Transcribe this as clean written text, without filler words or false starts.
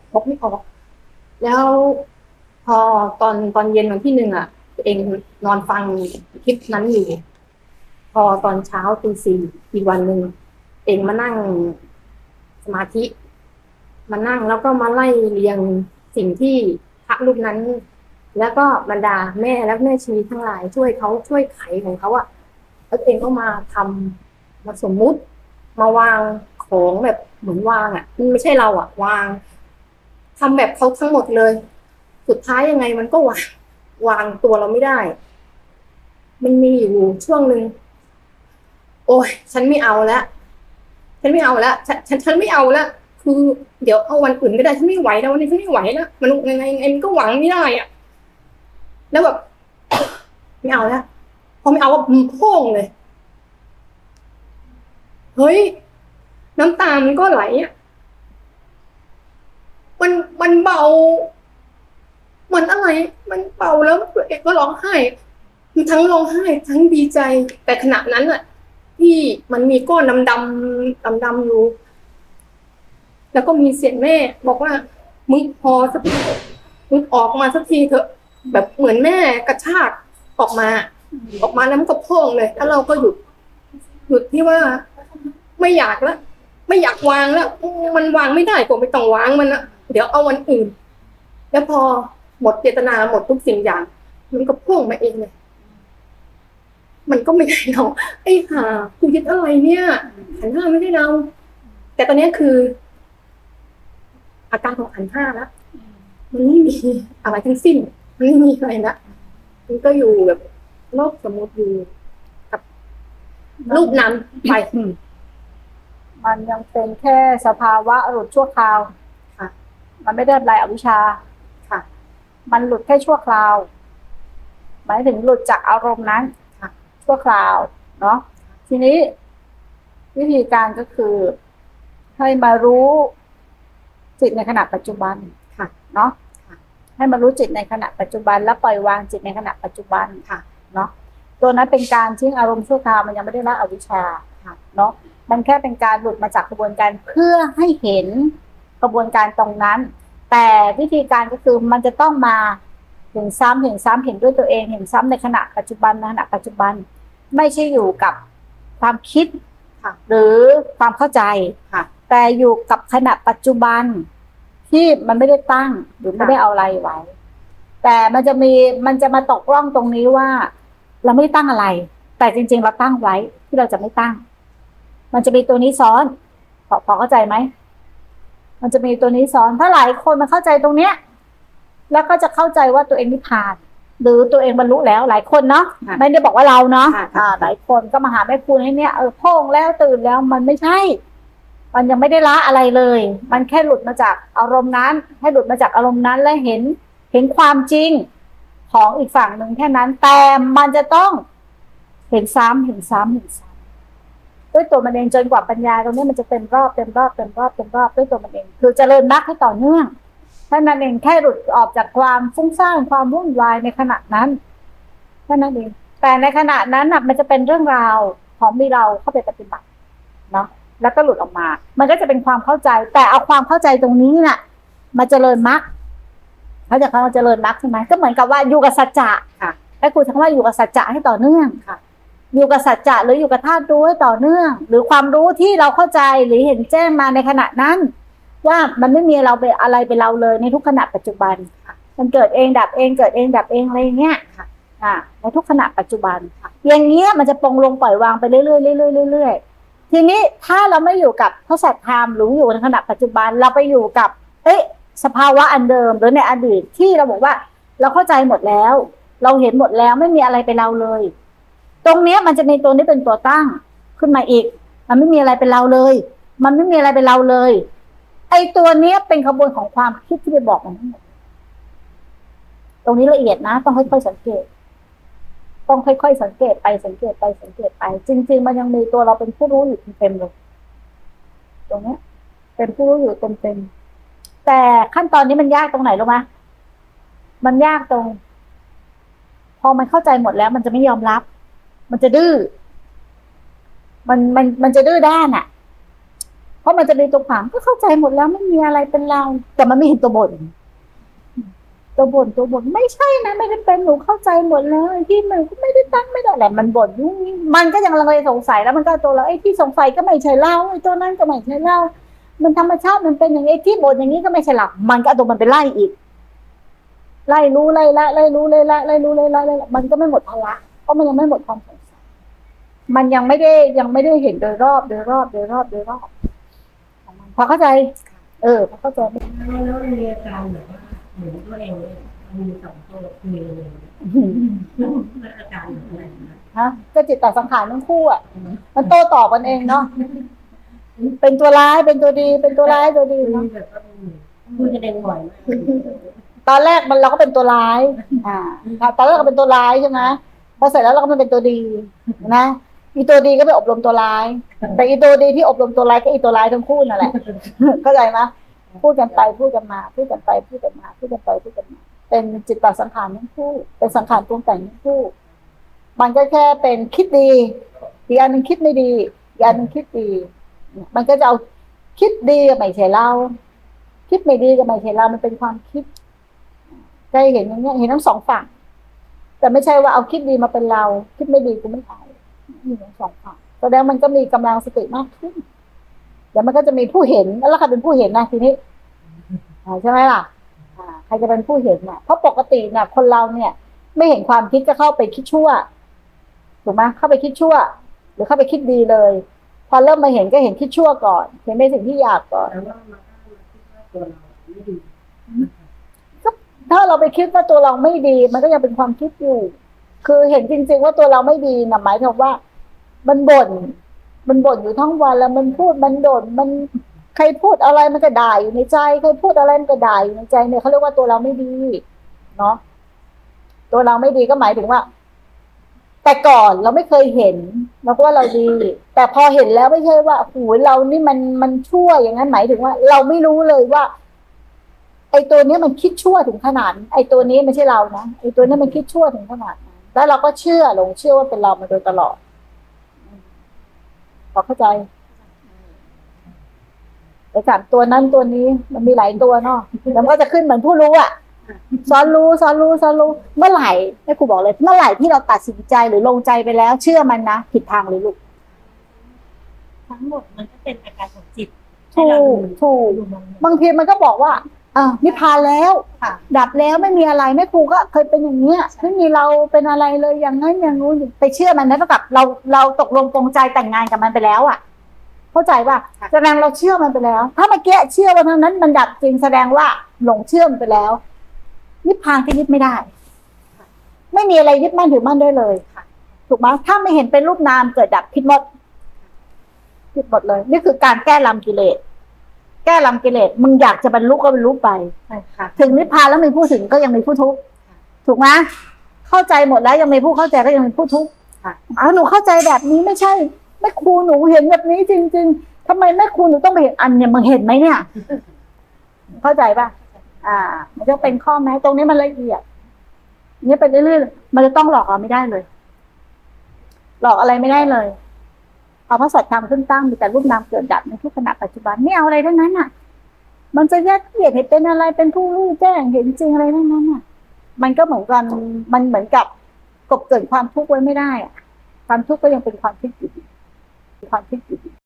พกไม่ออกแล้วพอตอนเย็นวันที่หนึ่งตัวเองนอนฟังคลิปนั้นอยู่พอตอนเช้าตี 4อีกวันหนึ่งเองมานั่งสมาธิมานั่งแล้วก็มาไล่เรียงสิ่งที่พระรูปนั้น แล้วก็บรรดาแม่และแม่ชีทั้งหลายช่วยเขาช่วยไขของเขาแล้วเองก็มาทำมาสมมุติมาวางของแบบเหมือนวางมันไม่ใช่เราวางทำแบบเขาทั้งหมดเลยสุดท้ายยังไงมันก็วางตัวเราไม่ได้มันมีอยู่ช่วงหนึ่งโอ้ยฉันไม่เอาแล้วฉันไม่เอาแล้วฉันไม่เอาแล้วคือเดี๋ยวเอาวันอื่นก็ได้ฉันไม่ไหวแล้ววันนี้ฉันไม่ไหวแล้วมันยังไงมันก็หวังไม่ได้แล้วแบบไม่เอาแล้วพอไม่เอาว่าโพ่งเลยเฮ้ยน้ำตามันก็ไหลมันเบามันอะไรมันเบาแล้วตัวเองก็ร้องไห้มันทั้งร้องไห้ทั้งดีใจแต่ขณะนั้นที่มันมีก้อนดำอยู่แล้วก็มีเสียงแม่บอกว่ามึงพอสักทีมึงออกมาสักทีเถอะแบบเหมือนแม่กระชากออกมาแล้วมันก็โพ่งเลยแล้วเราก็หยุดที่ว่าไม่อยากแล้วไม่อยากวางแล้วมันวางไม่ได้ผมไม่ต้องวางมันเดี๋ยวเอาวันอื่นแล้วพอหมดเจตนาหมดทุกสิ่งอย่างมันก็พุ่งมาเองเลยมันก็ไม่ใช่เราไอ้ห่ากูยึดอะไรเนี่ยขันธ์ 5ไม่ได้เราแต่ตอนนี้คืออาการของขันธ์ 5แล้วมันไม่มีอะไรทั้งสิ้นมันไม่มีอะไรละมันก็อยู่แบบโลกสมมติอยู่กับรูปนามไปมันยังเป็นแค่สภาวะหลุดชั่วคราวค่ะมันไม่ได้ทำลายอวิชชาค่ะมันหลุดแค่ชั่วคราวหมายถึงหลุดจากอารมณ์นั้นชั่วคราวเนาะทีนี้วิธีการก็คือให้มารู้จิตในขณะปัจจุบันเนาะให้มารู้จิตในขณะปัจจุบันแล้วปล่อยวางจิตในขณะปัจจุบันเนาะตัวนั้นเป็นการทิ้งอารมณ์ชั่วคราวมันยังไม่ได้ละอวิชชาเนาะมันแค่เป็นการหลุดมาจากกระบวนการเพื่อให้เห็นกระบวนการตรงนั้นแต่วิธีการก็คือมันจะต้องมาเห็นซ้ำเห็นซ้ำเห็นด้วยตัวเองเห็นซ้ำในขณะปัจจุบันในขณะปัจจุบันไม่ใช่อยู่กับความคิดหรือความเข้าใจแต่อยู่กับขณะปัจจุบันที่มันไม่ได้ตั้งหรือไม่ได้เอาอะไรไว้แต่มันจะมาตกร่องตรงนี้ว่าเราไม่ได้ตั้งอะไรแต่จริงๆเราตั้งไว้ที่เราจะไม่ตั้งมันจะมีตัวนี้ซ้อนพอเข้าใจไหมมันจะมีตัวนี้ซ้อนถ้าหลายคนมาเข้าใจตรงเนี้ยแล้วก็จะเข้าใจว่าตัวเองนิพพานหรือตัวเองบรรลุแล้วหลายคนเนาะไม่ได้บอกว่าเราเนาะหลายคนก็มาหาแม่ครูให้เนี่ยโพ่งแล้วตื่นแล้วมันไม่ใช่มันยังไม่ได้ละอะไรเลยมันแค่หลุดมาจากอารมณ์นั้นให้หลุดมาจากอารมณ์นั้นและเห็นความจริงของอีกฝั่งหนึ่งแค่นั้นแต่มันจะต้องเห็นซ้ำด้วยตัวมันเองจนกว่าปัญญาตรงนี้มันจะเต็มรอบด้วยตัวมันเองคือเจริญมรรคให้ต่อเนื่องแค่นั้นเองแค่หลุดออกจากความฟุ้งซ่านความวุ่นวายในขณะนั้นแค่นั้นเองแต่ในขณะนั้นมันจะเป็นเรื่องราวของมีเราเข้าไปปฏิบัติเนาะแล้วก็หลุดออกมามันก็จะเป็นความเข้าใจแต่เอาความเข้าใจตรงนี้มาเจริญมรรคเขาจะเจริญมรรคใช่ไหมก็เหมือนกับว่าอยู่กับสัจจะค่ะและครูใช้คำว่าอยู่กับสัจจะให้ต่อเนื่องค่ะอยู่กับสัจจะหรืออยู่กับธาตุรู้ให้ต่อเนื่องหรือความรู้ที่เราเข้าใจหรือเห็นแจ้งมาในขณะนั้นว่ามันไม่มีเราเป็นอะไรเป็นเราเลยในทุกขณะปัจจุบันมันเกิดเองดับเองเกิดเองดับเองอะไรอย่างเงี้ยในทุกขณะปัจจุบันอย่างเงี้ยมันจะปลงลงปล่อยวางไปเรื่อยๆทีนี้ถ้าเราไม่อยู่กับพระสัจธรรมหรืออยู่ในขณะปัจจุบันเราไปอยู่กับสภาวะอันเดิมหรือในอดีตที่เราบอกว่าเราเข้าใจหมดแล้วเราเห็นหมดแล้วไม่มีอะไรเป็นเราเลยตรงนี้มันจะมีตัวนี้เป็นตัวตั้งขึ้นมาอีกมันไม่มีอะไรเป็นเราเลยมันไม่มีอะไรเป็นเราเลยไอ้ตัวนี้เป็นขบวนของความคิดที่ไปบอกมันทั้งหมดตรงนี้ละเอียดนะต้องค่อยๆสังเกตต้องค่อยๆสังเกตไปจริงๆมันยังมีตัวเราเป็นผู้รู้อยู่เต็มๆเลยตรงนี้เป็นผู้รู้อยู่เต็มๆแต่ขั้นตอนนี้มันยากตรงไหนรู้ไหมมันยากตรงพอมันเข้าใจหมดแล้วมันจะไม่ยอมรับมันจะดื้อมันจะดื้อด้านพอราะมันจะมีตัวขวางก็เข้าใจหมดแล้วไม่มีอะไรเป็นเราแต่มันไม่เห็นตัวบ่นไม่ใช่นะไม่ได้เป็นหนูเข้าใจหมดเลยที่หนูก็ไม่ได้ตั้งไม่ได้แหละมันบ่นยุ่งมันก็ยังลังเลสงสัยแล้วมันก็ตัวเราไอ้ที่สงสัยก็ไม่ใช่เราไอ้ตัวนั้นก็ไม่ใช่เรามันธรรมชาติมันเป็นอย่างนี้ที่บ่นอย่างนี้ก็ไม่ใช่หลักมันก็เอาตัวมันไปไล่อีกไล่รู้ไล่ละไล่รู้ไล่ละไล่รู้ไล่ละไล่ละมันก็ไม่หมดภาระเพราะมันยังไม่หมดความสงสัยมันยังไม่ได้เห็นโดยรอบของมันพอเข้าใจพอเข้าใจแล้วมีอาการแบบว่าเหมือนตัวเองเนี่ยมีสองตัวคุยเลยแล้วอาการอะไรนะก็จิตตสังขารทั้งคู่อ่ะมันโต้ตอบกันเองเนาะเป็นตัวร้ายเป็นตัวดีเป็นตัวร้ายตัวดีเนาะคุยกันเองบ่อยมากตอนแรกเราก็เป็นตัวร้ายตอนแรกก็เป็นตัวร้ายใช่ไหมพอเสร็จแล้วเราก็มาเป็นตัวดีนะอีตัวดีก็ไปอบรมตัวร้ายแต่อีตัวดีที่อบรมตัวร้ายก็อีตัวร้ายทั้งคู่นั่นแหละเข้าใจไหมพูดกันไปพูดกันมาพูดกันไปพูดกันมาพูดกันไปพูดกันมาเป็นจิตตสังขารทั้งคู่เป็นสังขารปรุงแต่งทั้งคู่มันก็แค่เป็นคิดดีอีกอันหนึ่งคิดไม่ดีอีกอันหนึ่งคิดดีมันก็จะเอาคิดดีกับไม่ใช่เราคิดไม่ดีกับไม่ใช่เรามันเป็นความคิดใจเห็นอย่างเงี้ยเห็นทั้งสองฝั่งแต่ไม่ใช่ว่าเอาคิดดีมาเป็นเราคิดไม่ดีกูไม่เอามีทั้งสองฝั่งแสดงมันก็มีกำลังสติมากขึ้นเดี๋ยวมันก็จะมีผู้เห็นแล้วใครเป็นผู้เห็นนะทีนี้ใช่ไหมล่ะใครจะเป็นผู้เห็นน่ะเพราะปกติน่ะคนเราเนี่ยไม่เห็นความคิดจะเข้าไปคิดชั่วถูกไหมเข้าไปคิดชั่วหรือเข้าไปคิดดีเลยพอเริ่มมาเห็นก็เห็นคิดชั่วก่อนเห็นในสิ่งที่อยากก่อนแล้วว่ามาคิดว่าตัวเราไม่ดีก็ถ้าเราไปคิดว่าตัวเราไม่ดีมันก็ยังเป็นความคิดอยู่คือเห็นจริงๆว่าตัวเราไม่ดีนะหมายถึงว่ามันบ่นอยู่ทั้งวันแล้วมันพูดมันบ่นมันใครพูดอะไรมันก็ด่าอยู่ในใจใครพูดอะไรมันก็ด่าอยู่ในใจเนี่ยเขาเรียกว่าตัวเราไม่ดีเนาะตัวเราไม่ดีก็หมายถึงว่าแต่ก่อนเราไม่เคยเห็นเราก็ว่าเราดีแต่พอเห็นแล้วไม่ใช่ว่าโอ้ยเรานี่มันชั่วอย่างนั้นหมายถึงว่าเราไม่รู้เลยว่าไอ้ตัวนี้มันคิดชั่วถึงขนาดไอ้ตัวนี้ไม่ใช่เรานะไอ้ตัวนี้มันคิดชั่วถึงขนาดนั้นแล้วเราก็เชื่อว่าเป็นเรามาโดยตลอดพอเข้าใจไอ้สามตัวนั้นตัวนี้มันมีหลายตัวเนาะแล้วมันก็จะขึ้นเหมือนผู้รู้อ่ะสอนรู้เมื่อไหร่ให้ครูบอกเลยเมื่อไหร่ที่เราตัดสินใจหรือลงใจไปแล้วเชื่อมันนะผิดทางเลยลูกทั้งหมดมันก็เป็นอาการของจิตถูกบางทีมันก็บอกว่านิพพานแล้วดับแล้วไม่มีอะไรแม่ครูก็เคยเป็นอย่างเนี้ยไม่มีเราเป็นอะไรเลยอย่างนั้นอย่างนู้นไปเชื่อมันนะเท่ากับเราตกลงปรงใจแต่งงานกับมันไปแล้วอ่ะเข้าใจป่ะแสดงเราเชื่อมันไปแล้วถ้าเมื่อกี้เชื่อว่าทั้งนั้นมันดับจริงแสดงว่าหลงเชื่อมันไปแล้วนิพพานที่ยึดไม่ได้ไม่มีอะไรยึดมั่นถือมั่นได้เลยถูกไหมถ้าไม่เห็นเป็นรูปนามเกิดดับผิดหมดเลยนี่คือการแก้ลำกิเลสมึงอยากจะบรรลุก็บรรลุไปถึงนิพพานแล้วมีผู้ถึงก็ยังมีผู้ทุกข์ถูกไหมเข้าใจหมดแล้วยังมีผู้เข้าใจก็ยังมีผู้ทุกข์หนูเข้าใจแบบนี้ไม่ใช่แม่ครูหนูเห็นแบบนี้จริงๆทำไมแม่ครูหนูต้องไปเห็นอันเนี่ยมึงเห็นไหมเนี่ยเข้าใจป่ะมันจะเป็นข้อแม้ตรงนี้มันละเอียดนี่ไปเรื่อยๆมันจะต้องหลอกเราไม่ได้เลยหลอกอะไรไม่ได้เลยเอาพระสัจธรรมขึ้นตั้งมีแต่รูปนามเกิดดับในทุกขณะปัจจุบันไม่เอาอะไรทั้งนั้นน่ะมันจะยัดเยียดให้เป็นอะไรเป็นผู้รู้แจ้งเห็นจริงอะไรทั้งนั้นน่ะมันก็เหมือนกันมันเหมือนกับกบเกิดความทุกข์ไว้ไม่ได้ความทุกข์ก็ยังเป็นความคิดอยู่